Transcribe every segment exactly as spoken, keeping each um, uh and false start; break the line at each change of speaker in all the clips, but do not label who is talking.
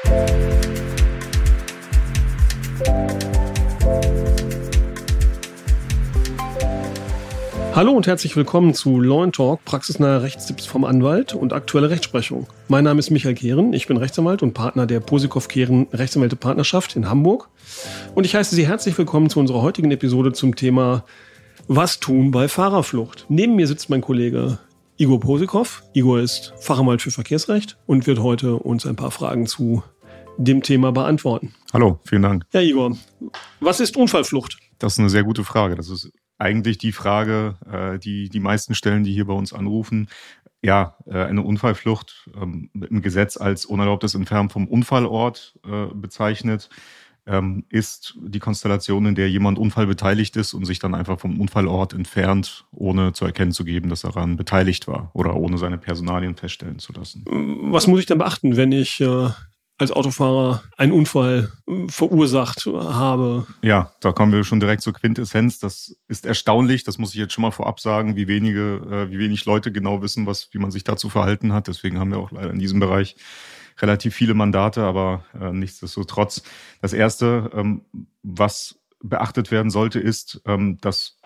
Hallo und herzlich willkommen zu Law and Talk, praxisnahe Rechtstipps vom Anwalt und aktuelle Rechtsprechung. Mein Name ist Michael Kehren, ich bin Rechtsanwalt und Partner der Posikow-Kehren Rechtsanwälte Partnerschaft in Hamburg. Und ich heiße Sie herzlich willkommen zu unserer heutigen Episode zum Thema Was tun bei Fahrerflucht? Neben mir sitzt mein Kollege Igor Posikow. Igor ist Fachanwalt für Verkehrsrecht und wird heute uns ein paar Fragen zu dem Thema beantworten.
Hallo, vielen Dank.
Ja, Igor, was ist Unfallflucht?
Das ist eine sehr gute Frage. Das ist eigentlich die Frage, äh, die die meisten stellen, die hier bei uns anrufen. Ja, äh, eine Unfallflucht ähm, im Gesetz als unerlaubtes Entfernen vom Unfallort äh, bezeichnet, ähm, ist die Konstellation, in der jemand unfallbeteiligt ist und sich dann einfach vom Unfallort entfernt, ohne zu erkennen zu geben, dass er daran beteiligt war oder ohne seine Personalien feststellen zu lassen.
Was muss ich denn beachten, wenn ich äh als Autofahrer einen Unfall verursacht habe?
Ja, da kommen wir schon direkt zur Quintessenz. Das ist erstaunlich, das muss ich jetzt schon mal vorab sagen, wie wenige, äh, wie wenig Leute genau wissen, was, wie man sich dazu verhalten hat. Deswegen haben wir auch leider in diesem Bereich relativ viele Mandate, aber äh, nichtsdestotrotz. Das Erste, ähm, was beachtet werden sollte, ist, ähm, dass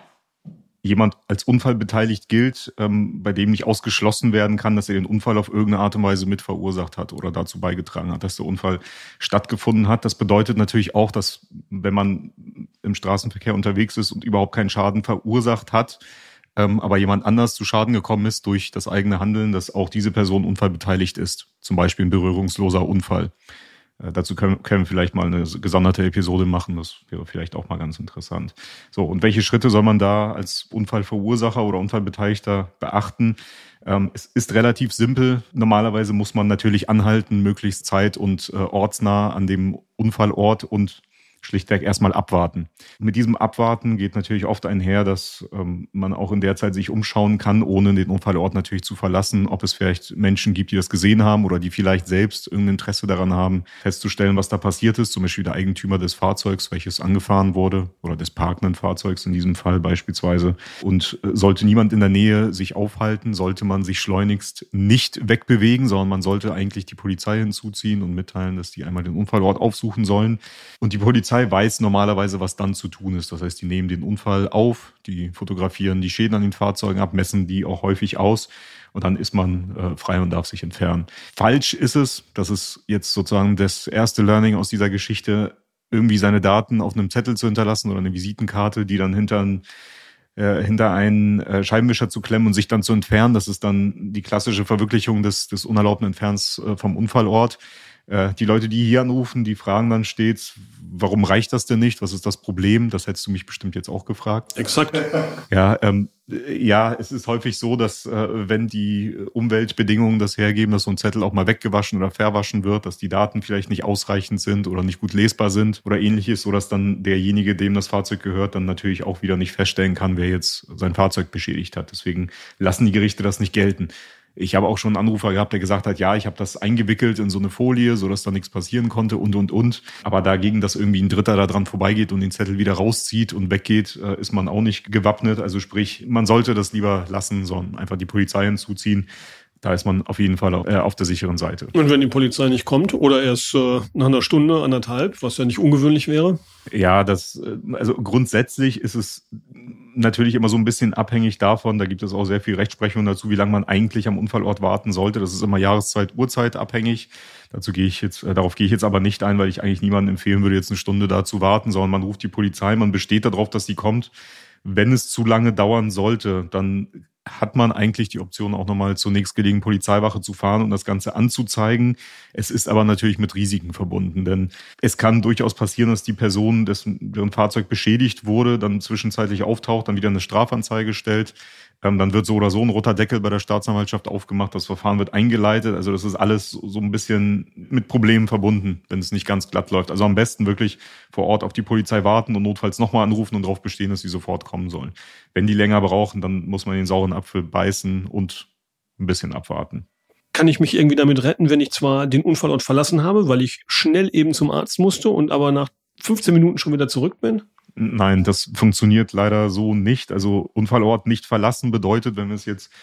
jemand als unfallbeteiligt gilt, ähm, bei dem nicht ausgeschlossen werden kann, dass er den Unfall auf irgendeine Art und Weise mit verursacht hat oder dazu beigetragen hat, dass der Unfall stattgefunden hat. Das bedeutet natürlich auch, dass wenn man im Straßenverkehr unterwegs ist und überhaupt keinen Schaden verursacht hat, ähm, aber jemand anders zu Schaden gekommen ist durch das eigene Handeln, dass auch diese Person unfallbeteiligt ist. Zum Beispiel ein berührungsloser Unfall. Äh, dazu können, können wir vielleicht mal eine gesonderte Episode machen. Das wäre vielleicht auch mal ganz interessant. So, und welche Schritte soll man da als Unfallverursacher oder Unfallbeteiligter beachten? Ähm, es ist relativ simpel. Normalerweise muss man natürlich anhalten, möglichst zeit- und äh, ortsnah an dem Unfallort und schlichtweg erstmal abwarten. Mit diesem Abwarten geht natürlich oft einher, dass ähm, man auch in der Zeit sich umschauen kann, ohne den Unfallort natürlich zu verlassen, ob es vielleicht Menschen gibt, die das gesehen haben oder die vielleicht selbst irgendein Interesse daran haben, festzustellen, was da passiert ist, zum Beispiel der Eigentümer des Fahrzeugs, welches angefahren wurde, oder des parkenden Fahrzeugs in diesem Fall beispielsweise. Und äh, sollte niemand in der Nähe sich aufhalten, sollte man sich schleunigst nicht wegbewegen, sondern man sollte eigentlich die Polizei hinzuziehen und mitteilen, dass die einmal den Unfallort aufsuchen sollen. Und die Polizei Die Polizei weiß normalerweise, was dann zu tun ist. Das heißt, die nehmen den Unfall auf, die fotografieren die Schäden an den Fahrzeugen ab, messen die auch häufig aus und dann ist man äh, frei und darf sich entfernen. Falsch ist es, das ist jetzt sozusagen das erste Learning aus dieser Geschichte, irgendwie seine Daten auf einem Zettel zu hinterlassen oder eine Visitenkarte, die dann hinter ein äh, hinter einen äh, Scheibenwischer zu klemmen und sich dann zu entfernen. Das ist dann die klassische Verwirklichung des, des unerlaubten Entfernens äh, vom Unfallort. Die Leute, die hier anrufen, die fragen dann stets, warum reicht das denn nicht? Was ist das Problem? Das hättest du mich bestimmt jetzt auch gefragt.
Exakt.
Ja, ähm, ja, es ist häufig so, dass äh, wenn die Umweltbedingungen das hergeben, dass so ein Zettel auch mal weggewaschen oder verwaschen wird, dass die Daten vielleicht nicht ausreichend sind oder nicht gut lesbar sind oder ähnliches, so dass dann derjenige, dem das Fahrzeug gehört, dann natürlich auch wieder nicht feststellen kann, wer jetzt sein Fahrzeug beschädigt hat. Deswegen lassen die Gerichte das nicht gelten. Ich habe auch schon einen Anrufer gehabt, der gesagt hat, ja, ich habe das eingewickelt in so eine Folie, sodass da nichts passieren konnte und, und, und. Aber dagegen, dass irgendwie ein Dritter da dran vorbeigeht und den Zettel wieder rauszieht und weggeht, ist man auch nicht gewappnet. Also sprich, man sollte das lieber lassen, sondern einfach die Polizei hinzuziehen. Da ist man auf jeden Fall auf der sicheren Seite.
Und wenn die Polizei nicht kommt oder erst äh, nach einer Stunde, anderthalb, was ja nicht ungewöhnlich wäre?
Ja, das, also grundsätzlich ist es natürlich immer so ein bisschen abhängig davon, da gibt es auch sehr viel Rechtsprechung dazu, wie lange man eigentlich am Unfallort warten sollte. Das ist immer Jahreszeit, Uhrzeit abhängig. Dazu gehe ich jetzt, darauf gehe ich jetzt aber nicht ein, weil ich eigentlich niemandem empfehlen würde, jetzt eine Stunde da zu warten, sondern man ruft die Polizei, man besteht darauf, dass sie kommt. Wenn es zu lange dauern sollte, dann hat man eigentlich die Option, auch nochmal zur nächstgelegenen Polizeiwache zu fahren und das Ganze anzuzeigen. Es ist aber natürlich mit Risiken verbunden, denn es kann durchaus passieren, dass die Person, dessen, deren Fahrzeug beschädigt wurde, dann zwischenzeitlich auftaucht, dann wieder eine Strafanzeige stellt. Ähm, dann wird so oder so ein roter Deckel bei der Staatsanwaltschaft aufgemacht, das Verfahren wird eingeleitet. Also das ist alles so ein bisschen mit Problemen verbunden, wenn es nicht ganz glatt läuft. Also am besten wirklich vor Ort auf die Polizei warten und notfalls nochmal anrufen und darauf bestehen, dass sie sofort kommen sollen. Wenn die länger brauchen, dann muss man den sauren Apfel beißen und ein bisschen abwarten.
Kann ich mich irgendwie damit retten, wenn ich zwar den Unfallort verlassen habe, weil ich schnell eben zum Arzt musste und aber nach fünfzehn Minuten schon wieder zurück bin?
Nein, das funktioniert leider so nicht. Also Unfallort nicht verlassen bedeutet, wenn wir es jetzt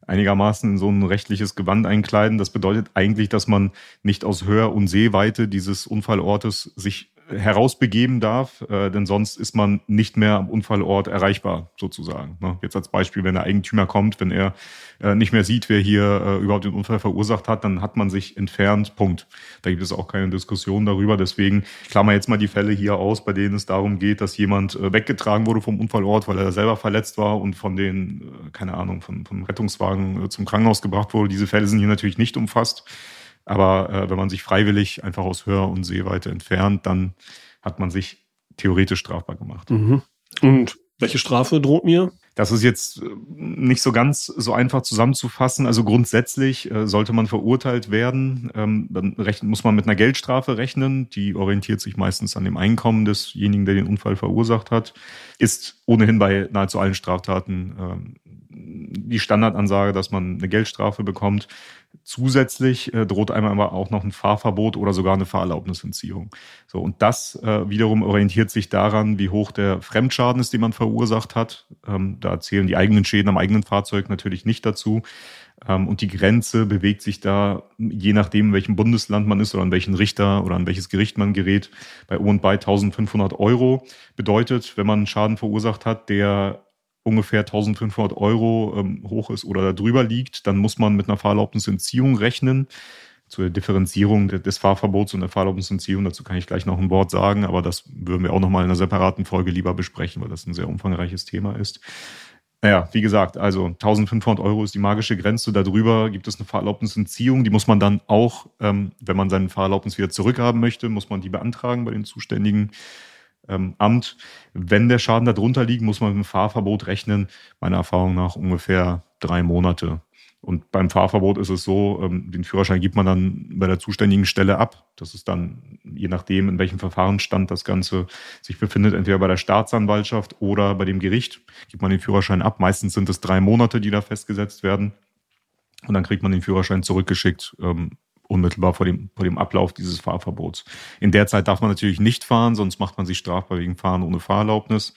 einigermaßen in so ein rechtliches Gewand einkleiden. Das bedeutet eigentlich, dass man nicht aus Hör- und Sehweite dieses Unfallortes sich herausbegeben darf, äh, denn sonst ist man nicht mehr am Unfallort erreichbar, sozusagen. Ne? Jetzt als Beispiel, wenn der Eigentümer kommt, wenn er äh, nicht mehr sieht, wer hier äh, überhaupt den Unfall verursacht hat, dann hat man sich entfernt, Punkt. Da gibt es auch keine Diskussion darüber. Deswegen klammer jetzt mal die Fälle hier aus, bei denen es darum geht, dass jemand äh, weggetragen wurde vom Unfallort, weil er selber verletzt war und von den, äh, keine Ahnung, von, vom Rettungswagen äh, zum Krankenhaus gebracht wurde. Diese Fälle sind hier natürlich nicht umfasst. Aber äh, wenn man sich freiwillig einfach aus Hör- und Sehweite entfernt, dann hat man sich theoretisch strafbar gemacht.
Mhm. Und welche Strafe droht mir?
Das ist jetzt nicht so ganz so einfach zusammenzufassen. Also grundsätzlich äh, sollte man verurteilt werden. Ähm, dann rechnen, muss man mit einer Geldstrafe rechnen. Die orientiert sich meistens an dem Einkommen desjenigen, der den Unfall verursacht hat. Ist ohnehin bei nahezu allen Straftaten ähm, die Standardansage, dass man eine Geldstrafe bekommt. Zusätzlich äh, droht einem aber auch noch ein Fahrverbot oder sogar eine Fahrerlaubnisentziehung. So, und das äh, wiederum orientiert sich daran, wie hoch der Fremdschaden ist, den man verursacht hat. Ähm, da zählen die eigenen Schäden am eigenen Fahrzeug natürlich nicht dazu. Ähm, und die Grenze bewegt sich da, je nachdem, in welchem Bundesland man ist oder an welchen Richter oder an welches Gericht man gerät, bei um und bei eintausendfünfhundert Euro. Bedeutet, wenn man einen Schaden verursacht hat, der ungefähr eintausendfünfhundert Euro ähm, hoch ist oder darüber liegt, dann muss man mit einer Fahrerlaubnisentziehung rechnen. Zur Differenzierung des Fahrverbots und der Fahrerlaubnisentziehung, dazu kann ich gleich noch ein Wort sagen, aber das würden wir auch nochmal in einer separaten Folge lieber besprechen, weil das ein sehr umfangreiches Thema ist. Naja, wie gesagt, also eintausendfünfhundert Euro ist die magische Grenze. Darüber gibt es eine Fahrerlaubnisentziehung. Die muss man dann auch, ähm, wenn man seine Fahrerlaubnis wieder zurückhaben möchte, muss man die beantragen bei den zuständigen Ähm, Amt. Wenn der Schaden darunter liegt, muss man mit dem Fahrverbot rechnen. Meiner Erfahrung nach ungefähr drei Monate. Und beim Fahrverbot ist es so, ähm, den Führerschein gibt man dann bei der zuständigen Stelle ab. Das ist dann, je nachdem, in welchem Verfahrensstand das Ganze sich befindet, entweder bei der Staatsanwaltschaft oder bei dem Gericht, gibt man den Führerschein ab. Meistens sind es drei Monate, die da festgesetzt werden. Und dann kriegt man den Führerschein zurückgeschickt, ähm, unmittelbar vor dem, vor dem Ablauf dieses Fahrverbots. In der Zeit darf man natürlich nicht fahren, sonst macht man sich strafbar wegen Fahren ohne Fahrerlaubnis.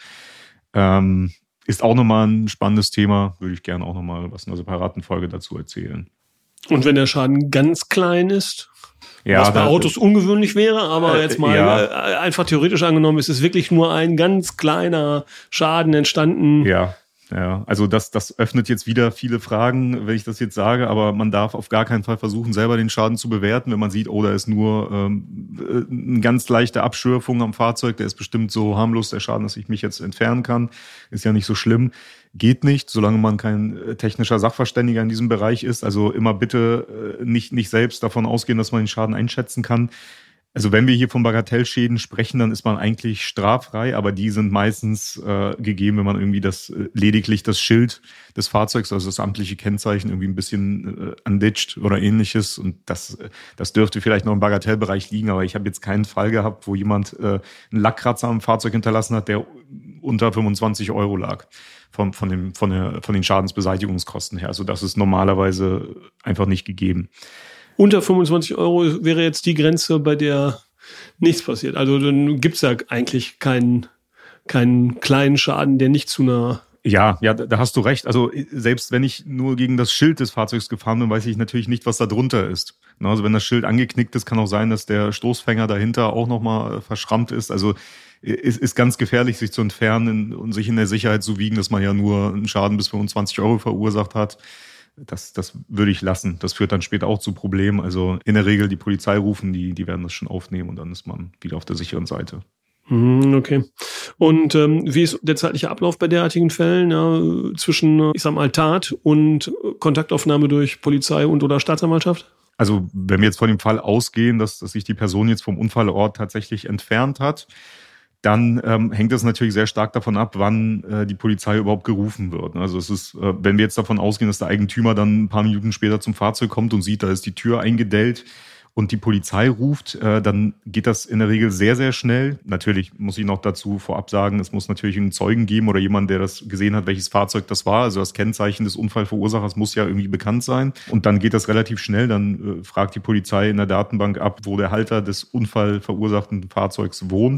Ähm, ist auch nochmal ein spannendes Thema, würde ich gerne auch nochmal was in einer separaten Folge dazu erzählen.
Und wenn der Schaden ganz klein ist,
ja,
was bei
da,
Autos ungewöhnlich wäre, aber
äh,
jetzt mal
ja.
äh, einfach theoretisch angenommen, es ist wirklich nur ein ganz kleiner Schaden entstanden.
Ja. Ja, also das, das öffnet jetzt wieder viele Fragen, wenn ich das jetzt sage, aber man darf auf gar keinen Fall versuchen, selber den Schaden zu bewerten, wenn man sieht, oh, da ist nur ähm, eine ganz leichte Abschürfung am Fahrzeug, der ist bestimmt so harmlos, der Schaden, dass ich mich jetzt entfernen kann, ist ja nicht so schlimm. Geht nicht, solange man kein technischer Sachverständiger in diesem Bereich ist. Also immer bitte nicht, nicht selbst davon ausgehen, dass man den Schaden einschätzen kann. Also wenn wir hier von Bagatellschäden sprechen, dann ist man eigentlich straffrei, aber die sind meistens äh, gegeben, wenn man irgendwie das äh, lediglich das Schild des Fahrzeugs, also das amtliche Kennzeichen, irgendwie ein bisschen äh, anditscht oder ähnliches. Und das, das dürfte vielleicht noch im Bagatellbereich liegen, aber ich habe jetzt keinen Fall gehabt, wo jemand äh, einen Lackkratzer am Fahrzeug hinterlassen hat, der unter fünfundzwanzig Euro lag. Von, von, dem, von, der, von den Schadensbeseitigungskosten her. Also das ist normalerweise einfach nicht gegeben.
Unter fünfundzwanzig Euro wäre jetzt die Grenze, bei der nichts passiert. Also dann gibt es ja eigentlich keinen, keinen kleinen Schaden, der nicht zu einer...
Ja, ja, da hast du recht. Also selbst wenn ich nur gegen das Schild des Fahrzeugs gefahren bin, weiß ich natürlich nicht, was da drunter ist. Also wenn das Schild angeknickt ist, kann auch sein, dass der Stoßfänger dahinter auch nochmal verschrammt ist. Also es ist ganz gefährlich, sich zu entfernen und sich in der Sicherheit zu wiegen, dass man ja nur einen Schaden bis fünfundzwanzig Euro verursacht hat. Das, das würde ich lassen. Das führt dann später auch zu Problemen. Also in der Regel die Polizei rufen, die, die werden das schon aufnehmen und dann ist man wieder auf der sicheren Seite.
Okay. Und ähm, wie ist der zeitliche Ablauf bei derartigen Fällen, ja, zwischen, ich sag mal, Tat und Kontaktaufnahme durch Polizei und oder Staatsanwaltschaft?
Also wenn wir jetzt von dem Fall ausgehen, dass, dass sich die Person jetzt vom Unfallort tatsächlich entfernt hat, dann ähm, hängt es natürlich sehr stark davon ab, wann äh, die Polizei überhaupt gerufen wird. Also es ist, äh, wenn wir jetzt davon ausgehen, dass der Eigentümer dann ein paar Minuten später zum Fahrzeug kommt und sieht, da ist die Tür eingedellt und die Polizei ruft, äh, dann geht das in der Regel sehr, sehr schnell. Natürlich muss ich noch dazu vorab sagen, es muss natürlich einen Zeugen geben oder jemand, der das gesehen hat, welches Fahrzeug das war. Also das Kennzeichen des Unfallverursachers muss ja irgendwie bekannt sein. Und dann geht das relativ schnell. Dann äh, fragt die Polizei in der Datenbank ab, wo der Halter des unfallverursachten Fahrzeugs wohnt.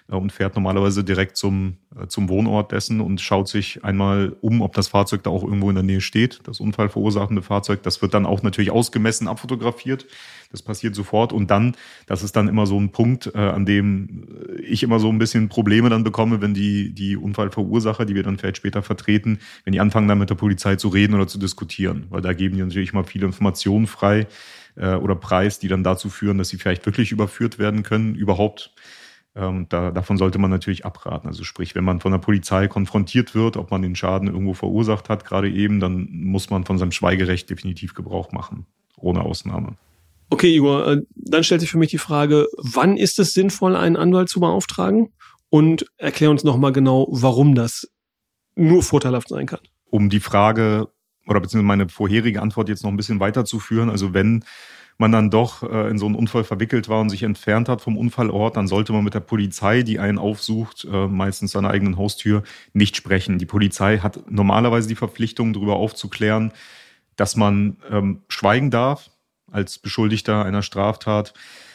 und fährt normalerweise direkt zum, zum Wohnort dessen und schaut sich einmal um, ob das Fahrzeug da auch irgendwo in der Nähe steht, das unfallverursachende Fahrzeug. Das wird dann auch natürlich ausgemessen, abfotografiert. Das passiert sofort. Und dann, das ist dann immer so ein Punkt, äh, an dem ich immer so ein bisschen Probleme dann bekomme, wenn die, die Unfallverursacher, die wir dann vielleicht später vertreten, wenn die anfangen dann mit der Polizei zu reden oder zu diskutieren. Weil da geben die natürlich mal viele Informationen frei äh, oder preis, die dann dazu führen, dass sie vielleicht wirklich überführt werden können, überhaupt. Ähm, da, davon sollte man natürlich abraten. Also sprich, wenn man von der Polizei konfrontiert wird, ob man den Schaden irgendwo verursacht hat, gerade eben, dann muss man von seinem Schweigerecht definitiv Gebrauch machen, ohne Ausnahme.
Okay, Igor, dann stellt sich für mich die Frage, wann ist es sinnvoll, einen Anwalt zu beauftragen? Und erklär uns nochmal genau, warum das nur vorteilhaft sein kann.
Um die Frage oder beziehungsweise meine vorherige Antwort jetzt noch ein bisschen weiterzuführen, also wenn man dann doch äh, in so einen Unfall verwickelt war und sich entfernt hat vom Unfallort, dann sollte man mit der Polizei, die einen aufsucht, äh, meistens an der eigenen Haustür, nicht sprechen. Die Polizei hat normalerweise die Verpflichtung, darüber aufzuklären, dass man ähm, schweigen darf als Beschuldigter einer Straftat.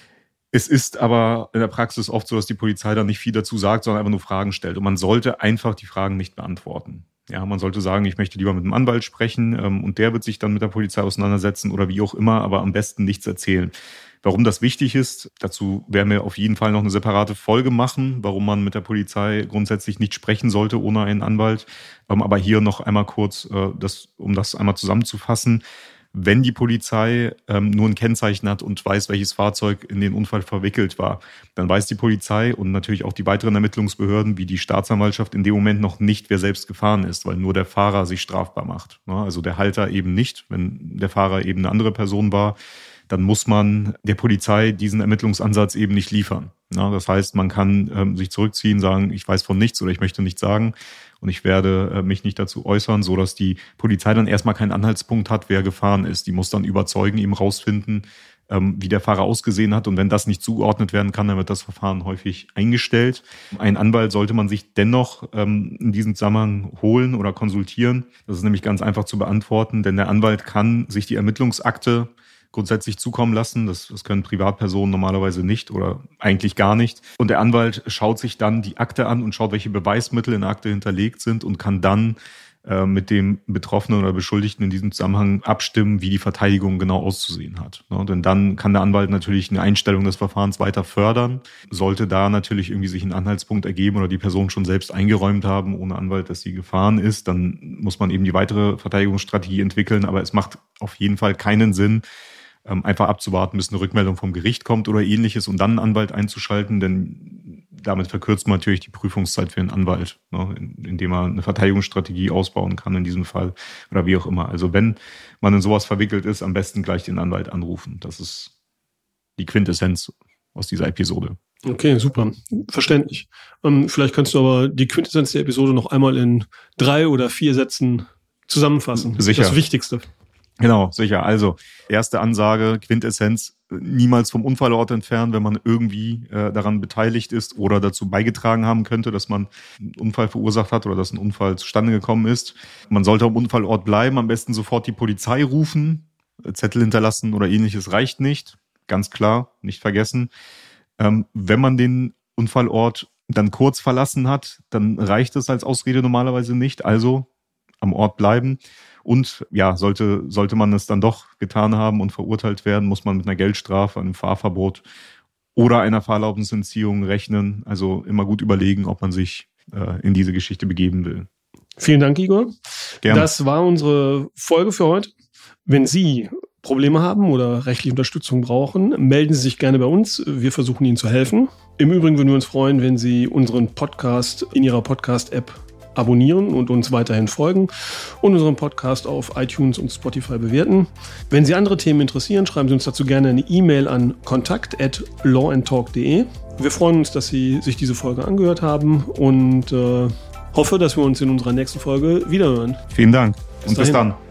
Es ist aber in der Praxis oft so, dass die Polizei dann nicht viel dazu sagt, sondern einfach nur Fragen stellt. Und man sollte einfach die Fragen nicht beantworten. Ja, man sollte sagen, ich möchte lieber mit einem Anwalt sprechen ähm, und der wird sich dann mit der Polizei auseinandersetzen oder wie auch immer, aber am besten nichts erzählen. Warum das wichtig ist, dazu werden wir auf jeden Fall noch eine separate Folge machen, warum man mit der Polizei grundsätzlich nicht sprechen sollte ohne einen Anwalt. Ähm, aber hier noch einmal kurz, äh, das, um das einmal zusammenzufassen. Wenn die Polizei ähm, nur ein Kennzeichen hat und weiß, welches Fahrzeug in den Unfall verwickelt war, dann weiß die Polizei und natürlich auch die weiteren Ermittlungsbehörden wie die Staatsanwaltschaft in dem Moment noch nicht, wer selbst gefahren ist, weil nur der Fahrer sich strafbar macht. Also der Halter eben nicht. Wenn der Fahrer eben eine andere Person war, dann muss man der Polizei diesen Ermittlungsansatz eben nicht liefern. Das heißt, man kann ähm, sich zurückziehen, sagen, ich weiß von nichts oder ich möchte nichts sagen. Und ich werde äh, mich nicht dazu äußern, so dass die Polizei dann erstmal keinen Anhaltspunkt hat, wer gefahren ist. Die muss dann überzeugen, eben rausfinden, ähm, wie der Fahrer ausgesehen hat. Und wenn das nicht zugeordnet werden kann, dann wird das Verfahren häufig eingestellt. Einen Anwalt sollte man sich dennoch ähm, in diesem Zusammenhang holen oder konsultieren. Das ist nämlich ganz einfach zu beantworten, denn der Anwalt kann sich die Ermittlungsakte grundsätzlich zukommen lassen. Das, das können Privatpersonen normalerweise nicht oder eigentlich gar nicht. Und der Anwalt schaut sich dann die Akte an und schaut, welche Beweismittel in der Akte hinterlegt sind und kann dann äh, mit dem Betroffenen oder Beschuldigten in diesem Zusammenhang abstimmen, wie die Verteidigung genau auszusehen hat. Ja, denn dann kann der Anwalt natürlich eine Einstellung des Verfahrens weiter fördern. Sollte da natürlich irgendwie sich ein Anhaltspunkt ergeben oder die Person schon selbst eingeräumt haben, ohne Anwalt, dass sie gefahren ist, dann muss man eben die weitere Verteidigungsstrategie entwickeln. Aber es macht auf jeden Fall keinen Sinn, einfach abzuwarten, bis eine Rückmeldung vom Gericht kommt oder ähnliches und dann einen Anwalt einzuschalten, denn damit verkürzt man natürlich die Prüfungszeit für den Anwalt, ne, indem er eine Verteidigungsstrategie ausbauen kann in diesem Fall oder wie auch immer. Also wenn man in sowas verwickelt ist, am besten gleich den Anwalt anrufen. Das ist die Quintessenz aus dieser Episode.
Okay, super. Verständlich. Ähm, vielleicht kannst du aber die Quintessenz der Episode noch einmal in drei oder vier Sätzen zusammenfassen.
Sicher.
Das Wichtigste.
Genau, sicher. Also, erste Ansage, Quintessenz, niemals vom Unfallort entfernen, wenn man irgendwie äh, daran beteiligt ist oder dazu beigetragen haben könnte, dass man einen Unfall verursacht hat oder dass ein Unfall zustande gekommen ist. Man sollte am Unfallort bleiben, am besten sofort die Polizei rufen, Zettel hinterlassen oder ähnliches reicht nicht. Ganz klar, nicht vergessen. Ähm, wenn man den Unfallort dann kurz verlassen hat, dann reicht es als Ausrede normalerweise nicht. Also am Ort bleiben. Und ja, sollte, sollte man es dann doch getan haben und verurteilt werden, muss man mit einer Geldstrafe, einem Fahrverbot oder einer Fahrerlaubnisentziehung rechnen. Also immer gut überlegen, ob man sich äh, in diese Geschichte begeben will.
Vielen Dank, Igor.
Gerne.
Das war unsere Folge für heute. Wenn Sie Probleme haben oder rechtliche Unterstützung brauchen, melden Sie sich gerne bei uns. Wir versuchen Ihnen zu helfen. Im Übrigen würden wir uns freuen, wenn Sie unseren Podcast in Ihrer Podcast-App abonnieren und uns weiterhin folgen und unseren Podcast auf iTunes und Spotify bewerten. Wenn Sie andere Themen interessieren, schreiben Sie uns dazu gerne eine E-Mail an kontakt at lawandtalk punkt de. Wir freuen uns, dass Sie sich diese Folge angehört haben und äh, hoffe, dass wir uns in unserer nächsten Folge wiederhören.
Vielen Dank und bis
dahin.
dann.